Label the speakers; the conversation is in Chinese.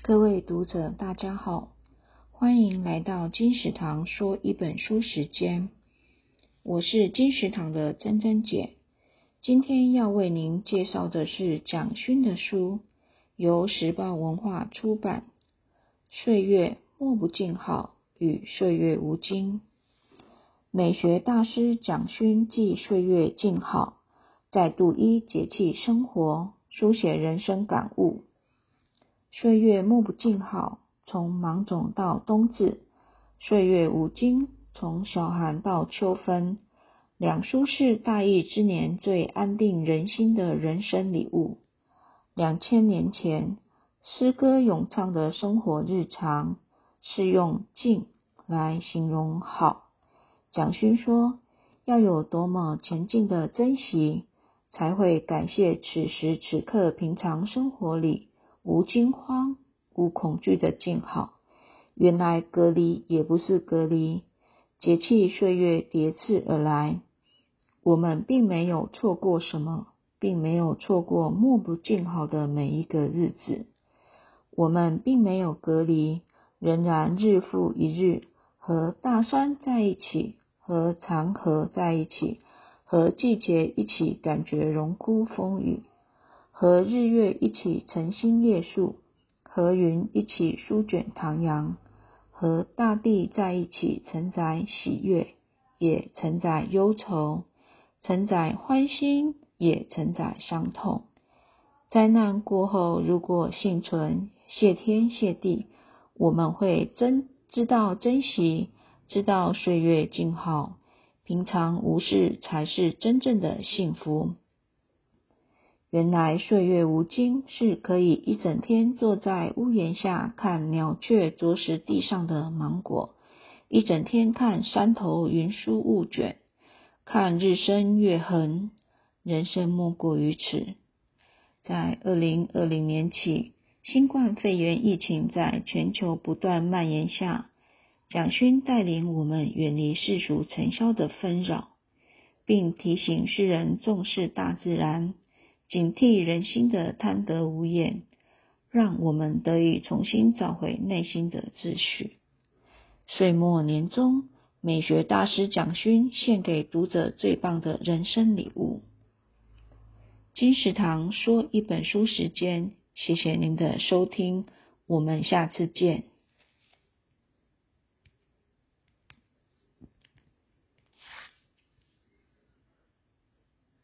Speaker 1: 各位读者大家好，欢迎来到金石堂说一本书时间，我是金石堂的珍珍姐。今天要为您介绍的是蒋勋的书，由时报文化出版，岁月莫不静好与岁月无惊。美学大师蒋勋继岁月静好，再度依节气生活，书写人生感悟。岁月莫不静好，从芒种到冬至；岁月无惊，从小寒到秋分。两书是大疫之年最安定人心的人生礼物。2000年前，诗歌咏唱的生活日常，是用静来形容好。蒋勋说，要有多么前进的珍惜，才会感谢此时此刻平常生活里无惊慌、无恐惧的静好。原来隔离也不是隔离，节气岁月叠次而来，我们并没有错过什么，并没有错过莫不静好的每一个日子。我们并没有隔离，仍然日复一日和大山在一起，和长河在一起，和季节一起感觉荣枯风雨，和日月一起晨星夜宿，和云一起舒卷唐扬，和大地在一起承载喜悦，也承载忧愁，承载欢欣，也承载伤痛。灾难过后，如果幸存，谢天谢地，我们会知道珍惜，知道岁月静好，平常无事才是真正的幸福。原来岁月无惊是可以一整天坐在屋檐下看鸟雀啄食地上的芒果，一整天看山头云舒雾卷，看日升月横，人生莫过于此。在2020年起，新冠肺炎疫情在全球不断蔓延下，蒋勋带领我们远离世俗尘嚣的纷扰，并提醒世人重视大自然，警惕人心的贪得无厌，让我们得以重新找回内心的秩序。岁末年终，美学大师蒋勋献给读者最棒的人生礼物。金石堂说一本书时间，谢谢您的收听，我们下次见。